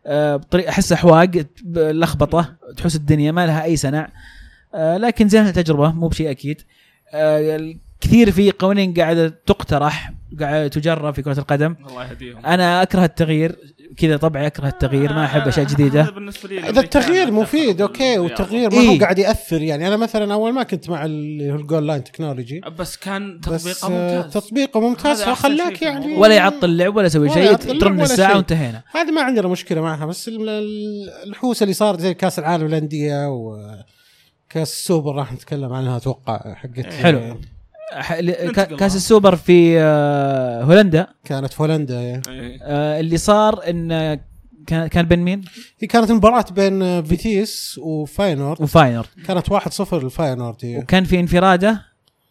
بطريقه احس احواق لخبطه تحس الدنيا ما لها اي سنع. لكن زين التجربه مو بشيء اكيد. كثير في قوانين قاعده تقترح قاعده تجرب في كره القدم. الله يهديهم. انا اكره التغيير كذا طبعي اكره التغيير ما احب اشياء جديده. اذا التغيير مفيد اوكي والتغيير ما هو قاعد ياثر يعني. انا مثلا اول ما كنت مع الجول لاين تكنولوجي بس كان تطبيقه ممتاز تطبيقه ممتاز فخلاك يعني ولا يعطل اللعب ولا يسوي شيء ترن الساعه وانتهينا. هذه ما عندنا مشكله معها. بس الحوسه اللي صارت زي كاس العالم للانديه وكاس السوبر راح نتكلم عنها اتوقع حقت حلو. كاس السوبر في هولندا كانت في هولندا يعني. اللي صار ان كان كان بين مين؟ هي كانت مباراة بين فيتيس وفاينورد وفاينورد كانت واحد صفر للفاينورد هي. وكان في انفرادة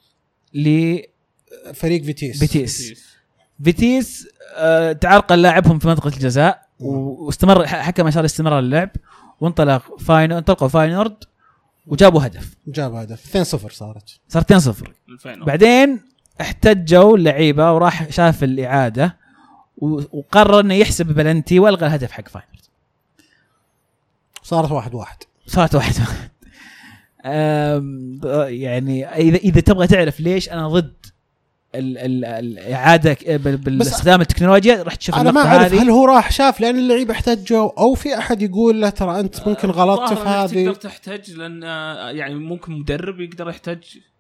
لفريق فيتيس فيتيس فيتيس آه تعرقل لاعبهم في منطقة الجزاء واستمر حكم اشار استمرار اللعب وانطلق فاينورد انطلقوا فاينورد وجابوا هدف جاب هدف اثنين صفر صارت صار اثنين صفر. بعدين احتجوا اللعيبة وراح شاف الإعادة وقرر انه يحسب بلنتي والغى الهدف حق فاينورد. صارت واحد واحد صارت واحد واحد. يعني اذا اذا تبغى تعرف ليش انا ضد ال ال الاعاده باستخدام التكنولوجيا راح تشوف انا ما اعرف هل هو راح شاف لان اللعيبه احتجوا او في احد يقول له ترى انت ممكن غلطت في هذه. تقدر تحتج لان يعني ممكن مدرب يقدر يحتج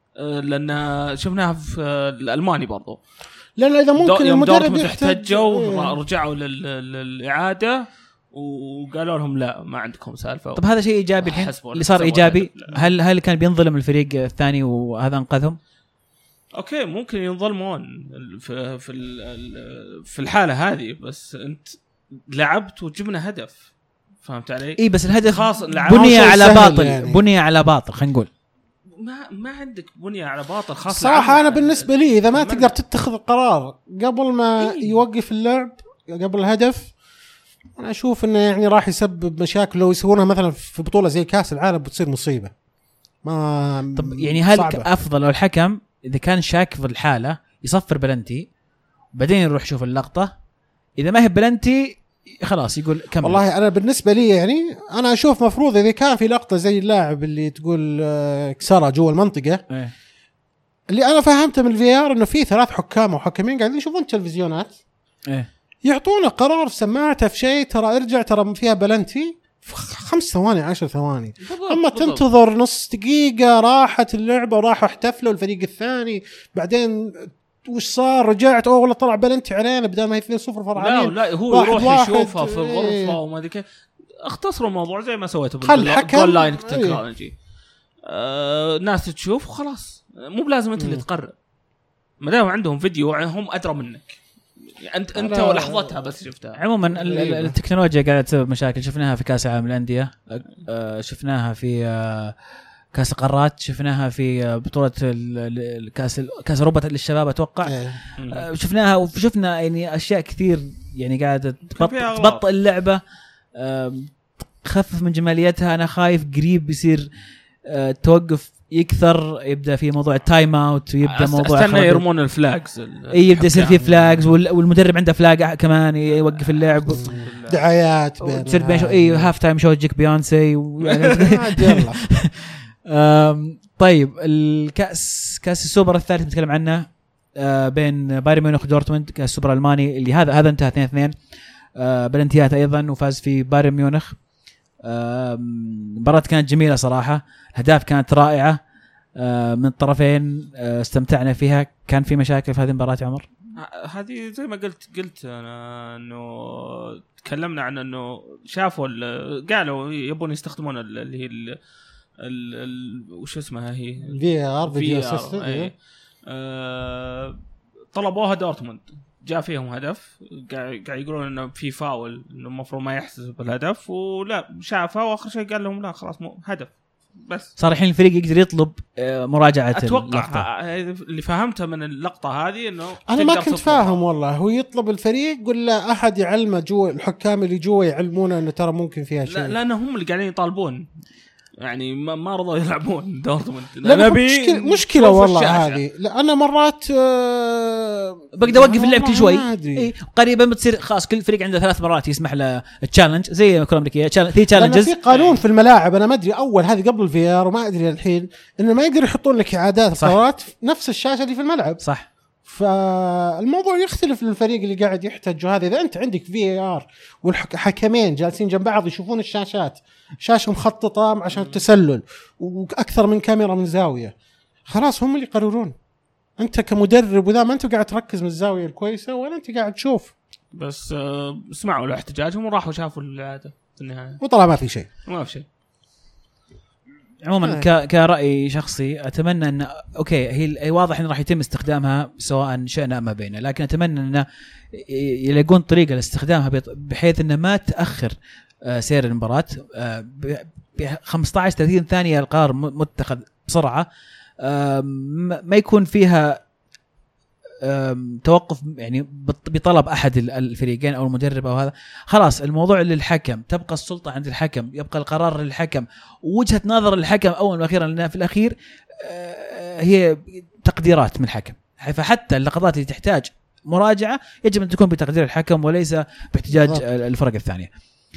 لان شفناها في الالماني برضو لأن إذا ممكن المدرب يحتجوا رجعوا للإعادة وقالوا لهم لا ما عندكم سالفة. طب هذا شيء إيجابي الحين اللي صار إيجابي. هل هل كان بينظلم الفريق الثاني وهذا أنقذهم؟ أوكي ممكن ينظلمون في في في الحالة هذه بس أنت لعبت وجبنا هدف فهمت علي؟ إيه بس الهدف خاص بني على باطل يعني. بني على باطل خلينا نقول ما ما عندك بنية على باطل خاص. صراحة أنا بالنسبة لي إذا ما تقدر تتخذ القرار قبل ما إيه؟ يوقف اللعب قبل الهدف أنا أشوف إنه يعني راح يسبب مشاكل. لو يسوونها مثلا في بطولة زي كأس العالم بتصير مصيبة. ما طب يعني هل أفضل لو الحكم إذا كان شاك في الحالة يصفر بلنتي بعدين يروح يشوف اللقطة إذا ما هي بلنتي خلاص يقول كمل. والله أنا بالنسبة لي يعني أنا أشوف مفروض إذا كان في لقطة زي اللاعب اللي تقول كسرها جوا المنطقة إيه؟ اللي أنا فهمته من الفي آر إنه في ثلاث حكام وحكمين قاعدين يشوفون التلفزيونات إيه؟ يعطونا قرار في سماعته في شيء ترى ارجع ترى فيها بلنتي في خمس ثواني عشر ثواني. أما تنتظر نص دقيقة راحت اللعبة وراحوا احتفلوا الفريق الثاني بعدين وش صار رجعت أو والله طلع بلنتي علينا بدل ما هي اثنين صفر فرعانين. لا لا هو يروح يشوفها في الغرفة إيه. وما ادري اختصروا الموضوع زي ما سويته بالجول لاين تكنولوجي. إيه. آه ناس تشوف وخلاص مو بلازم انت اللي تقرر ما دام عندهم فيديو هم ادرى منك انت انت ولحظتها بس شفتها. عموما التكنولوجيا قاعده تسبب مشاكل شفناها في كاس العالم للانديه آه شفناها في آه كاس القارات شفناها في بطولة الكاس كاس أوروبا للشباب أتوقع أيه. شفناها وشفنا يعني أشياء كثير يعني قاعدة تبطئ اللعبة تخفف من جماليتها. أنا خايف قريب يصير توقف يكثر يبدأ في موضوع التايم اوت ويبدأ موضوع استنى يرمون الفلاجز يبدأ يصير فيه فلاجز والمدرب عنده فلاج كمان يوقف اللعب دعايات تصير بين شو اي هاف تايم شو جيك بيونسي يلا. طيب الكاس كاس السوبر الثالث نتكلم عنه بين بايرن ميونخ ودورتموند كاس السوبر الالماني اللي هذا هذا انتهى اثنين اثنين بلنتيات ايضا وفاز في بايرن ميونخ. مباراة كانت جميلة صراحة الأهداف كانت رائعة من الطرفين استمتعنا فيها. كان في مشاكل في هذه المباراة يا عمر؟ هذه زي ما قلت قلت أنا إنه تكلمنا عن إنه شافوا قالوا يبون يستخدمون اللي هي ال ال وش اسمها هي في ار فيديو اسيستنت اي أه طلبوها دورتموند جاء فيهم هدف قاعد يقولون انه في فاول انه المفروض ما يحتسب بالهدف ولا شافها واخر شيء قال لهم لا خلاص مو هدف بس. صار الحين الفريق يقدر يطلب مراجعه اتوقع اللقطة. اللي فهمته من اللقطه هذه انه انا ما كنت فاهم والله هو يطلب الفريق ولا احد يعلمه جوا الحكام اللي جوا يعلمونه انه ترى ممكن فيها شيء. لا لانه هم اللي قاعدين يطالبون يعني ما ما رضوا يلعبون دورتموند. لا مشكلة, مشكلة والله هذه. لا أنا مرات بقدر اوقف اللعب كل شوي. إيه؟ قريبا بتصير خلاص كل فريق عنده ثلاث مرات يسمح له التشالنج زي الكره الامريكيه في تشالنجز. في قانون في الملاعب انا ما ادري اول هذه قبل الفي ار وما ادري الحين انه ما يقدر يحطون لك اعادات قرارات نفس الشاشه اللي في الملعب. صح. فالموضوع يختلف للفريق اللي قاعد يحتاج. هذا اذا انت عندك في ار والحكمين جالسين جنب بعض يشوفون الشاشات شاشه مخططه عشان التسلل واكثر من كاميرا من زاويه خلاص هم اللي يقررون. انت كمدرب وذا ما انت قاعد تركز من الزاويه الكويسه ولا انت قاعد تشوف. بس آه سمعوا الاحتجاجهم وراحوا شافوا العاده في النهايه وطلع ما في شيء ما في شيء. عموما ك... كرأي شخصي أتمنى أن أوكي هي واضح أن راح يتم استخدامها سواء شئنا أم أبينا، لكن أتمنى أن يلاقون طريقة لاستخدامها بحيث أن ما تأخر سير المباراة ب خمسة عشر ثلاثين ثانية. القرار متخذ بسرعة ما يكون فيها توقف يعني بطلب أحد الفريقين أو المدرب أو هذا. خلاص الموضوع للحكم، تبقى السلطة عند الحكم، يبقى القرار للحكم ووجهة نظر الحكم أولا وأخيرا، لأن في الأخير هي تقديرات من الحكم. فحتى اللقطات اللي تحتاج مراجعة يجب أن تكون بتقدير الحكم وليس باحتجاج الفرق الثانية.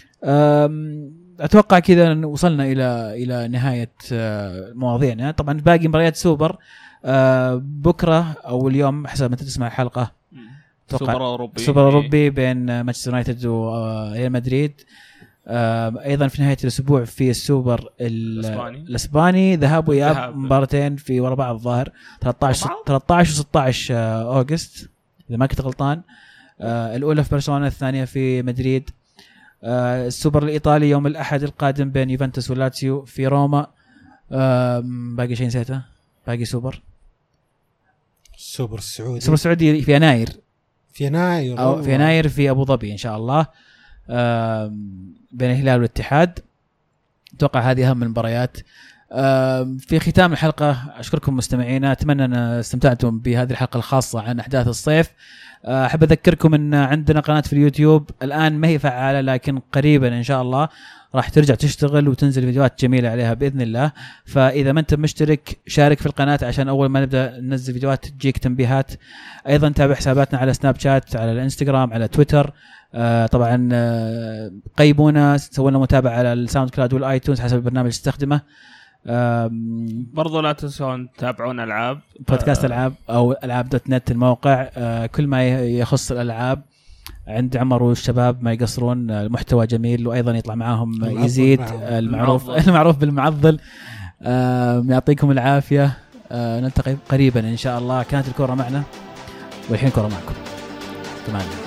أتوقع كذا وصلنا إلى إلى نهاية مواضيعنا. طبعا باقي مباريات سوبر آه بكره او اليوم حسب ما تسمع الحلقه سوبر اوروبي سوبر اوروبي بين مانشستر يونايتد وريال مدريد. آه ايضا في نهايه الاسبوع في السوبر الاسباني, الإسباني ذهاب واياب مباراتين في ورا بعض الظاهر ثلاثة عشر وستة عشر اوغست اذا ما كنت غلطان. آه الاولى في برشلونه الثانيه في مدريد. آه السوبر الايطالي يوم الاحد القادم بين يوفنتوس ولاتسيو في روما. آه باقي شيء نسيته. باقي سوبر السوبر السعودي السوبر السعودي في يناير في يناير أو في يناير في أبو ظبي إن شاء الله بين الهلال والاتحاد. أتوقع هذه أهم المباريات. في ختام الحلقة أشكركم مستمعينا، أتمنى أن استمتعتم بهذه الحلقة الخاصة عن أحداث الصيف. أحب أذكركم أن عندنا قناة في اليوتيوب الآن ما هي فعالة لكن قريبا إن شاء الله راح ترجع تشتغل وتنزل فيديوهات جميلة عليها بإذن الله. فإذا ما أنت مشترك شارك في القناة عشان أول ما نبدأ ننزل فيديوهات تجيك تنبيهات. أيضا تابع حساباتنا على سناب شات، على الانستغرام، على تويتر. آه طبعا آه قيبونا، سوينا متابعة على الساوند كلاود والآيتونز حسب البرنامج تستخدمه. برضو لا تنسون تتابعون ألعاب بودكاست ألعاب أو ألعاب دوت نت الموقع. آه كل ما يخص الألعاب عند عمر والشباب ما يقصرون. المحتوى جميل وأيضا يطلع معاهم يزيد المعروف المعروف بالمعضل. آه يعطيكم العافية. آه نلتقي قريبا إن شاء الله. كانت الكرة معنا والحين كرة معكم. تمام.